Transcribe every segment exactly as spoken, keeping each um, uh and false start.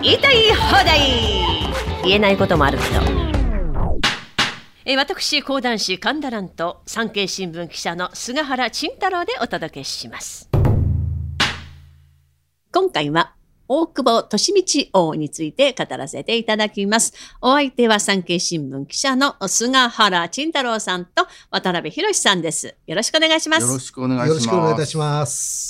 言いたい放題。言えないこともあるけど、え私講談師神田蘭と産経新聞記者の菅原慎太郎でお届けします。今回は大久保利通王について語らせていただきます。お相手は産経新聞記者の菅原慎太郎さんと渡辺博さんです。よろしくお願いします。 よろしくお願いします。 よろしくお願いいたします。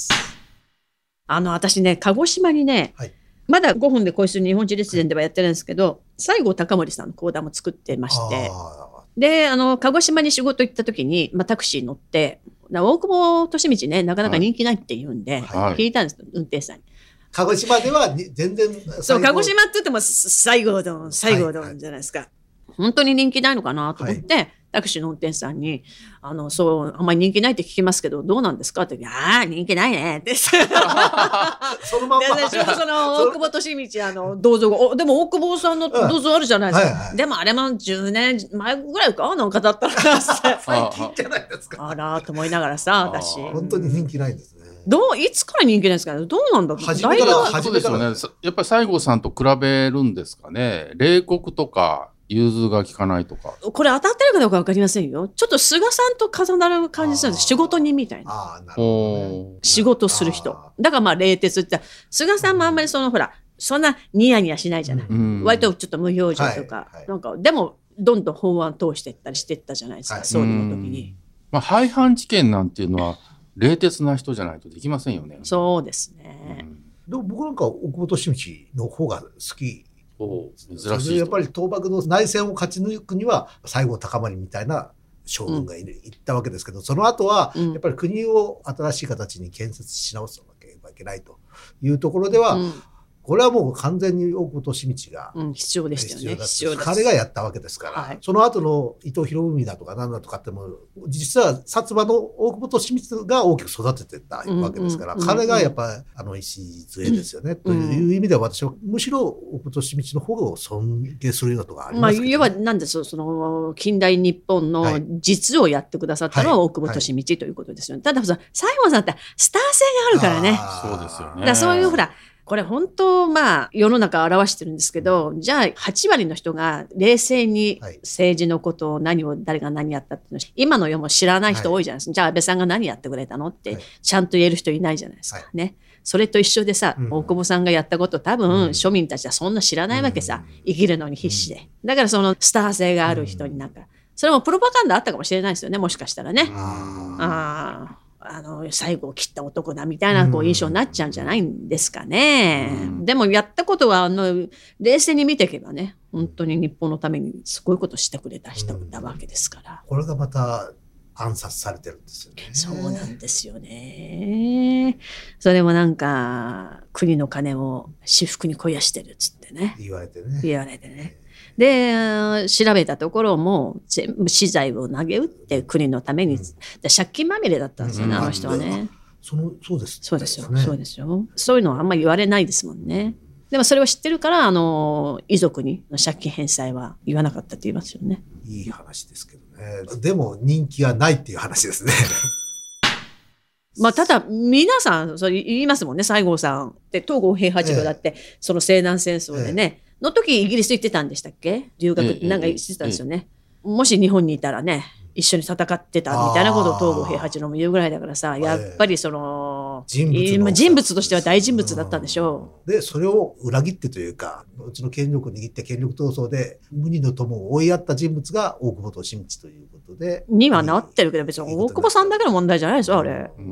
あの私ね、鹿児島にね、はい、まだごふんで恋する日本史列伝ではやってるんですけど、はい、西郷隆盛さんの講談も作ってまして、であの鹿児島に仕事行った時に、まあ、タクシー乗って大久保利通ね、なかなか人気ないって言うんで、はい、聞いたんです、運転手さんに。 鹿児島では全然そう、鹿児島って言っても西郷どん西郷どんじゃないですか、はいはい、本当に人気ないのかなと思って、はい、タクシーの運転手さんにあのそうあんまり人気ないって聞きますけどどうなんですかって言って、ああ人気ないねってそのまんまその大久保利通あの銅像、でも大久保さんの銅像あるじゃないですか、うんはいはい、でもあれもじゅうねんまえぐらいかなんかだったら最近じゃないですか。 あらと思いながらさ、私本当に人気ないんですね。 どういつから人気なんですかね。どうなんだろう。 初めから初めからですよね。やっぱり西郷さんと比べるんですかね。冷酷とか融通が利かないとか。 これ当たってるかどうか分かりませんよ。ちょっと菅さんと重なる感じするんです。仕事人みたいな。 あなるほどね、 仕事する人。だからまあ冷徹って菅さんもあんまりそのほらそんなニヤニヤしないじゃない。うん、割とちょっと無表情とか、はいはい、なんかでもどんどん法案通していったりしていったじゃないですか、はい、総理の時に。 まあ廃藩置県なんていうのは。冷徹な人じゃないとできませんよね。 そうですね。 うん、でも僕なんか大久保利通の方が好き。 お珍しい。 やっぱり倒幕の内戦を勝ち抜くには西郷隆盛みたいな将軍がいる、うん、いったわけですけど、その後はやっぱり国を新しい形に建設し直すわけにはいけないというところでは、うん、これはもう完全に大久保利通が、 うん、必要でしたよね。必要です。 彼がやったわけですから、はい、その後の伊藤博文だとか何だとかっても実は薩摩の大久保利通が大きく育ててたわけですから、うんうん、彼がやっぱりあの礎ですよね、うん、という意味では私はむしろ大久保利通の方を尊敬するようなところがありますけど、ね。まあ、 要は何ですよ、その近代日本の実をやってくださったのは大久保利通ということですよね。はいはい、ただ西郷さんってスター性があるからね。 そうですよね。 だからそういうほらこれ本当まあ世の中を表してるんですけど、じゃあはち割の人が冷静に政治のことを何を誰が何やったっていうの今の世も知らない人多いじゃないですか、はい、じゃあ安倍さんが何やってくれたのってちゃんと言える人いないじゃないですか、はい、ね。それと一緒でさ、うん、大久保さんがやったこと多分、うん、庶民たちはそんな知らないわけさ、うん、生きるのに必死で、だからそのスター性がある人になんか、うん、それもプロパガンダあったかもしれないですよね、もしかしたらね。あああの最後を切った男だみたいなこう印象になっちゃうんじゃないんですかね、うん、でもやったことはあの冷静に見ていけばね、本当に日本のためにすごいことしてくれた人だわけですから、 うん、これがまた暗殺されてるんですよね。 そうなんですよね。それもなんか国の金を私服に肥やしてるっつってね言われてね言われてねで調べたところも全部私財を投げ打って国のために、うん、借金まみれだったんですよね、うん、あの人はね。 そのそうです、ね、 そうですよ、そうですよ。そういうのはあんまり言われないですもんね。でもそれを知ってるからあの遺族に借金返済は言わなかったって言いますよね。 いい話ですけどね。でも人気がないっていう話ですね。 まあ、ただ皆さんそれ言いますもんね。西郷さんって東郷平八郎だって、ええ、その西南戦争でね、ええの時イギリス行ってたんでしたっけ、留学なんかしてたんですよね、ええええ、もし日本にいたらね一緒に戦ってたみたいなことを東郷平八郎も言うぐらいだからさ、やっぱりその、ええ、人物の人物としては大人物だったんでしょう。でそれを裏切ってというかうちの権力を握って権力闘争で無二の友を追いやった人物が大久保利通ということでにはなってるけど、別に大久保さんだけの問題じゃないですよあれ、うん、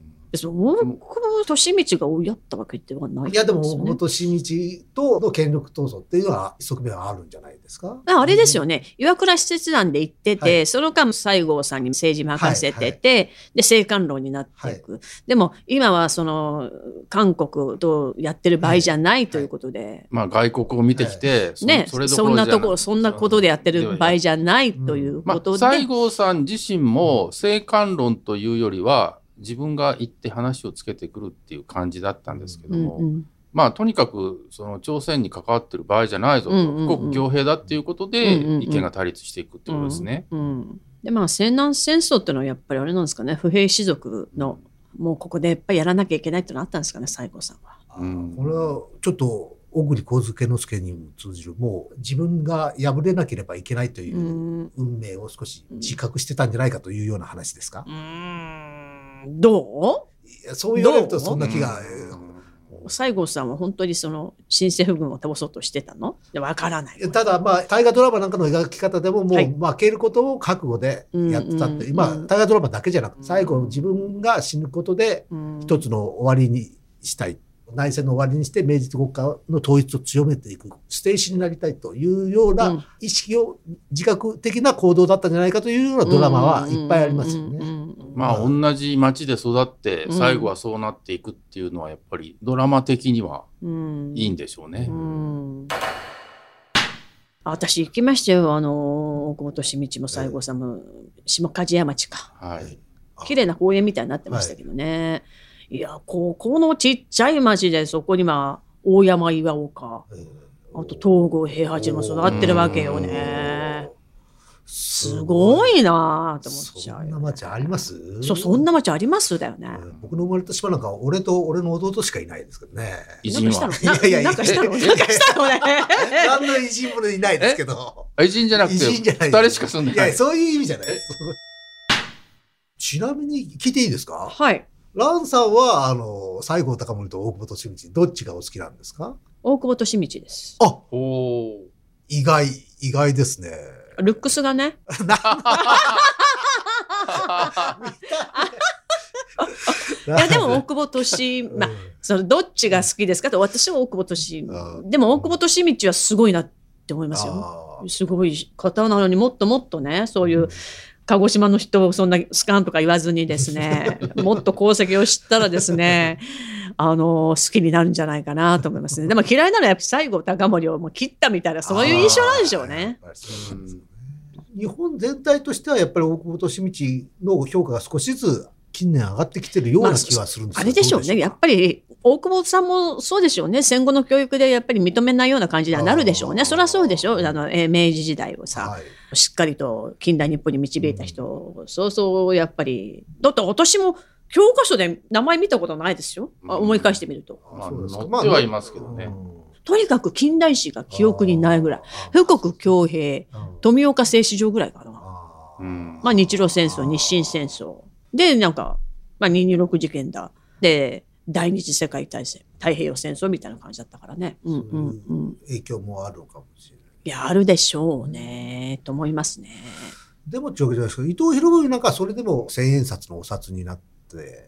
別に大久保利通が追いやったわけではない、ね、 いやでも大久保利通との権力闘争っていうのは側面はあるんじゃないですか。 あれですよね、岩倉使節団で行ってて、はい、その間西郷さんに政治任せてて、はいはい、で政官論になっていく、はい、でも今はその韓国とやってる場合じゃないということで、はいはい、 まあ外国を見てきて、はい、 ね、そ, そんなところそんなことでやってる場合じゃないということで、 まあ、西郷さん自身も政官論というよりは自分が行って話をつけてくるっていう感じだったんですけども、うんうん、まあとにかくその朝鮮に関わってる場合じゃないぞと、うんうんうん、富国強兵だっていうことで意見が対立していくってことですね、 うんうんうん、でまあ西南戦争っていうのはやっぱりあれなんですかね、不平士族のもうここでやっぱりやらなきゃいけないっていうのあったんですかね、西郷さんは。 うん、これはちょっと小栗上野之助にも通じる、もう自分が敗れなければいけないという運命を少し自覚してたんじゃないかというような話ですか。 うーん、どうそう言われるとそんな気が。 西郷さんは本当にその新政府軍を倒そうとしてたの？わからない。 ただまあ大河ドラマなんかの描き方でももう負けることを覚悟でやってたって、はい、まあ大河ドラマだけじゃなくて最後自分が死ぬことで一つの終わりにしたい。内戦の終わりにして明治国家の統一を強めていく捨て石になりたいというような意識を自覚的な行動だったんじゃないかというようなドラマはいっぱいありますよね。 まあ同じ町で育って最後はそうなっていくっていうのはやっぱりドラマ的にはいいんでしょうね。うんうん、 私行きましたよ、あの大久保利通も西郷さんも、下梶屋町か、はい、綺麗な公園みたいになってましたけどね。はい、いや、ここのちっちゃい町でそこにまあ大山岩岡、あと東郷平八も育ってるわけよね。すごいなと思っちゃう、 ね。そんな町あります？ そう、そんな町ありますだよね。 僕の生まれた島なんか俺と俺の弟しかいないですけどね。 偉人は。 なんかしたの？いやいや、なんかしたの？なんかしたのね。 何の偉人もいないですけど。 偉人じゃなくて二人しか住んでない。 いや、そういう意味じゃない。ちなみに聞いていいですか？ はい。 蘭さんは、あの、西郷隆盛と大久保利通、どっちがお好きなんですか？ 大久保利通です。 あ、お意外、意外ですね。 ルックスがね。いや、でも大久保利、まあ、そのどっちが好きですかと、私は大久保利、でも大久保利通はすごいなって思いますよ。すごい方なのにもっともっとね、そういう、うん、鹿児島の人をそんなスカンとか言わずにですね、もっと功績を知ったらですね、あの、好きになるんじゃないかなと思いますね。でも嫌いなのはやっぱ西郷隆盛をもう切ったみたいな、そういう印象なんでしょうね。 日本全体としてはやっぱり大久保利通の評価が少しずつ近年上がってきてるような気はするんですけど、 まあ、あれでしょうね。やっぱり大久保さんもそうでしょうね。戦後の教育でやっぱり認めないような感じにはなるでしょうね。そりゃそうでしょう。あの、えー、明治時代をさ、はい、しっかりと近代日本に導いた人、うん、そうそうやっぱり、だって私も教科書で名前見たことないですよ。うん、思い返してみると。 まあ、載ってはいますけどね。うんとにかく近代史が記憶にないぐらい。富国強兵、富岡製糸場ぐらいかな。うん、まあ日露戦争、日清戦争。で、なんか、まあにひゃくにじゅうろく事件だ。で、第二次世界大戦、太平洋戦争みたいな感じだったからね。うんうんうん。 影響もあるのかもしれない。 いや、あるでしょうね、と思いますね。 でもってわけじゃないですけど、伊藤博文なんかそれでも千円札のお札になって、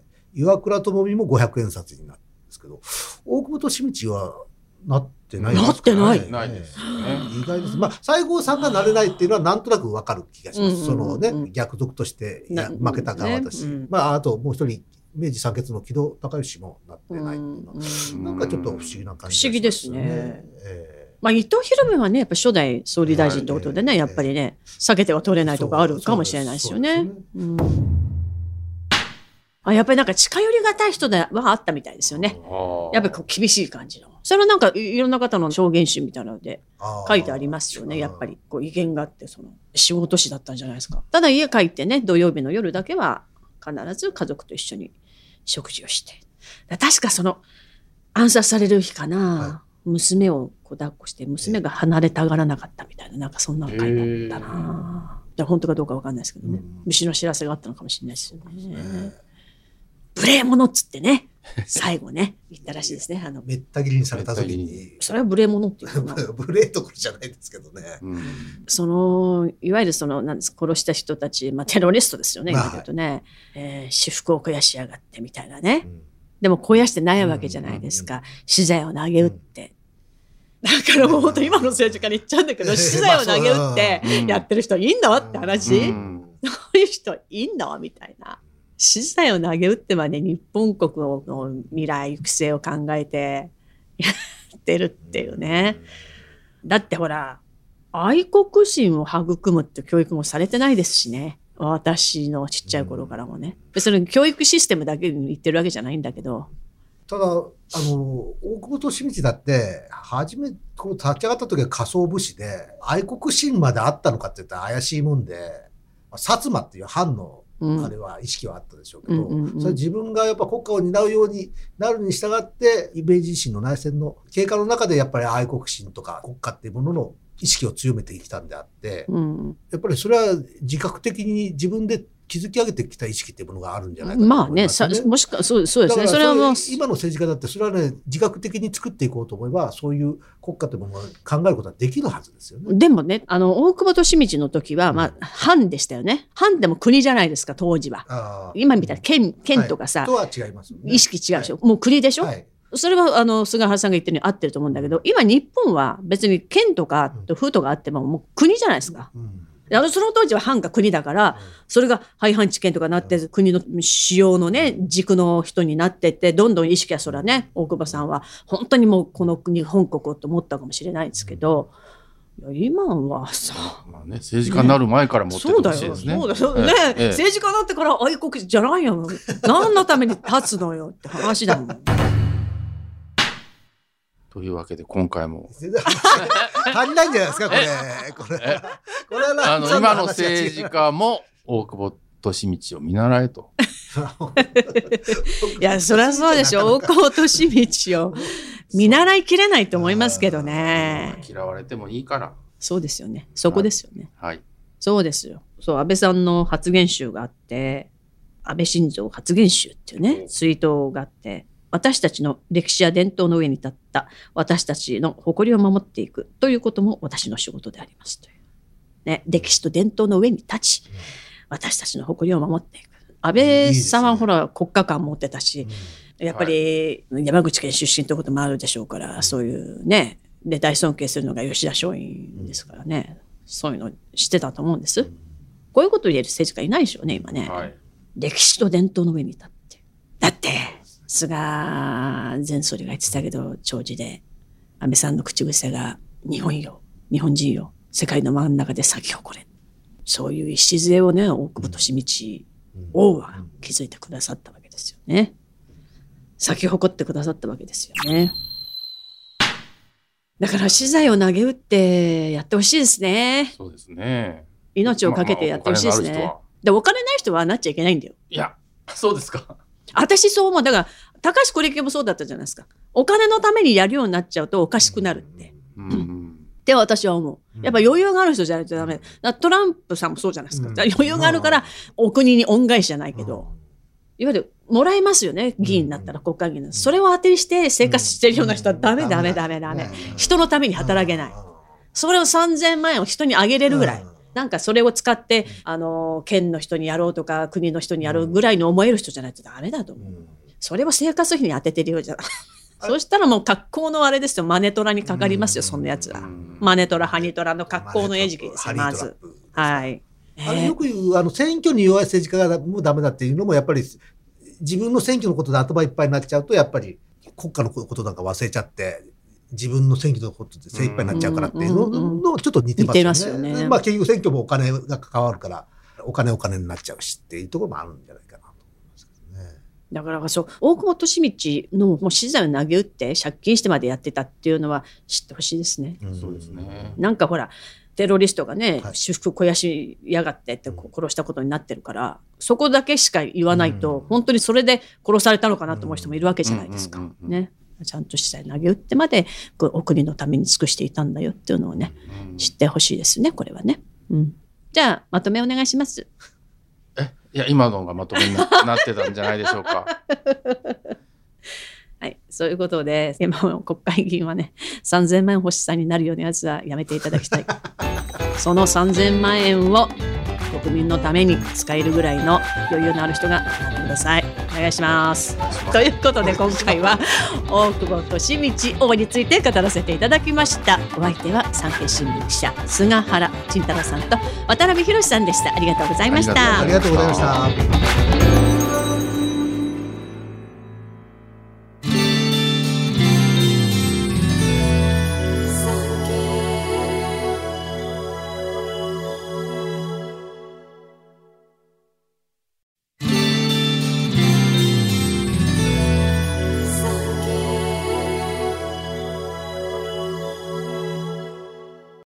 岩倉智美もごひゃくえん札になるんですけど、大久保利通は、なってないですか、ね、 なってない。 ないですよね。 意外です。まあ、西郷さんがなれないっていうのはなんとなくわかる気がします。うんうんうん、そのね、逆賊として負けた側だし。ねうん、まあ、あともう一人、明治三傑の木戸孝允もなってないっていうのは、うん、なんかちょっと不思議な感じ、ね、 不思議ですね。えー、まあ、伊藤博文はね、やっぱ初代総理大臣ってことでね、やっぱりね、避けては取れないとかあるかもしれないですよね。あ、やっぱりなんか近寄りがたい人ではあったみたいですよね。やっぱりこう厳しい感じの。それはなんかいろんな方の証言集みたいなので書いてありますよね。やっぱりこう威厳があってその仕事師だったんじゃないですか。ただ家帰ってね、土曜日の夜だけは必ず家族と一緒に食事をして。確かその暗殺される日かな、はい、娘をこう抱っこして娘が離れたがらなかったみたいな、なんかそんなの書いてあったな。本当かどうかわかんないですけどね。虫の知らせがあったのかもしれないですよね。無礼者っつってね、最後ね、言ったらしいですね。あのめった切りにされた時に。 それは無礼者っていうか無礼どころじゃないですけどね。 うん、その、いわゆるその、なんです、殺した人たち、まあテロリストですよね、今言うとね、はい、えー、私服を肥やしやがってみたいなね。うん、でも肥やしてないわけじゃないですか。資材を投げ打って。うん、だからもう本当今の政治家に言っちゃうんだけど、資材を投げ打ってやってる人いんのって話、うん、そういう人いんのみたいな。資材を投げ打ってまで日本国の未来育成を考えてやってるっていうね。だってほら、愛国心を育むって教育もされてないですしね。私のちっちゃい頃からもね。別に教育システムだけに言ってるわけじゃないんだけど。 ただ、あの、大久保利通だって、初め、こう立ち上がった時は仮想武士で、愛国心まであったのかって言ったら怪しいもんで、薩摩っていう藩のあれは意識はあったでしょうけど、うんうんうん、それ自分がやっぱ国家を担うようになるに従って明治維新の内戦の経過の中でやっぱり愛国心とか国家っていうものの意識を強めてきたんであって、うん、やっぱりそれは自覚的に自分で築き上げてきた意識っていうものがあるんじゃないかと思いますね。まあね、 もしかそうそうですね。それはもう今の政治家だってそれはね自覚的に作っていこうと思えばそういう国家というものを考えることはできるはずですよね。 でもね、あの大久保利通の時は、まあ、うん、藩でしたよね。藩でも国じゃないですか当時は。今みたいな県県とかさ、 はい、とは違いますよね。 意識違うでしょ。はい、もう国でしょ。はい、それはあの菅原さんが言ってるように合ってると思うんだけど、今日本は別に県とか府とかあってももう国じゃないですか。うんうん、その当時は藩が国だから、それが廃藩置県とかなって、国の主要のね、軸の人になってって、どんどん意識はそらね、大久保さんは本当にもうこの国、本国をと思ったかもしれないですけど、今はさ、 まあね、政治家になる前から持っててほしいですね。 そうだよ、そうだよ、ね、ええ、政治家になってから愛国じゃないよ。何のために立つのよって話だもん。 というわけで今回も足りないんじゃないですかこれ。これこれはあの今の政治家も大久保利通を見習えと。 いやそりゃそうでしょ。大久保利通を見習いきれないと思いますけどね。 嫌われてもいいから。 そうですよね。そこですよね。 はい。はい、 そうですよ。そう安倍さんの発言集があって、安倍晋三発言集っていうねツイートがあって。私たちの歴史や伝統の上に立った私たちの誇りを守っていくということも私の仕事でありますという、ね、歴史と伝統の上に立ち私たちの誇りを守っていく。安倍さんはほら国家観持ってたし、うん、やっぱり山口県出身ということもあるでしょうから、うん、そういうねで大尊敬するのが吉田松陰ですからね、うん、そういうの知ってたと思うんです、うん、こういうことを言える政治家いないでしょうね今ね、はい、歴史と伝統の上に立ってだって菅前総理が言ってたけど長寿で安倍さんの口癖が日本よ日本人よ世界の真ん中で咲き誇れ、そういう礎をね大久保利通王は築いてくださったわけですよね。咲き誇ってくださったわけですよね。だから私財を投げ打ってやってほしいですね。 そうですね。 命をかけてやってほしいですね。まあまあ、おでお金ない人はなっちゃいけないんだよ。 いやそうですか。 私そう思う。だから高橋是樹もそうだったじゃないですか。お金のためにやるようになっちゃうとおかしくなるって、うんうん、って私は思う。やっぱ余裕がある人じゃないとダメ。だトランプさんもそうじゃないですか。余裕があるからお国に恩返しじゃないけど、いわゆるもらえますよね議員になったら国会議員に。それを当てにして生活してるような人はダメダメダメダメ。人のために働けない。それをさんぜんまんえんを人にあげれるぐらい。なんかそれを使って、あの、県の人にやろうとか、国の人にやるぐらいに思える人じゃないとダメだと思う。うん、それを生活費に当ててるようじゃない。そうしたらもう格好のあれですよ、マネトラにかかりますよ、そんなやつは。マネトラ、ハニトラの格好の餌食ですよ、まず。はい。 あれよく言う、あの、選挙に弱い政治家がもうダメだっていうのも、やっぱり、自分の選挙のことで頭いっぱいになっちゃうと、やっぱり国家のことなんか忘れちゃって、自分の選挙のことで精一杯になっちゃうからっていうののちょっと似てますよね。似てますよね。まあ結局選挙もお金が関わるからお金お金になっちゃうしっていうところもあるんじゃないかなと思いますけどね。 だからそう大久保利通のもう資材を投げ打って借金してまでやってたっていうのは知ってほしいですね。 そうですね。 なんかほらテロリストがね、はい、私服肥やしやがってって殺したことになってるから、うん、そこだけしか言わないと、うん、本当にそれで殺されたのかなと思う人もいるわけじゃないですか。ね。ちゃんと資材投げ打ってまでお国のために尽くしていたんだよっていうのをね、うん、知ってほしいですねこれはね、うん、じゃあまとめお願いします。 えいや今のがまとめに な, なってたんじゃないでしょうか。 はいそういうことで今の国会議員はねさんぜんまんえん欲しさになるようなやつはやめていただきたい。そのさんぜんまんえんを国民のために使えるぐらいの余裕のある人がなってください。お願いします。ということで今回は大久保利通王について語らせていただきました。お相手は産経新聞記者菅原慎太郎さんと渡辺博さんでした。ありがとうございました。 ありがとうございました。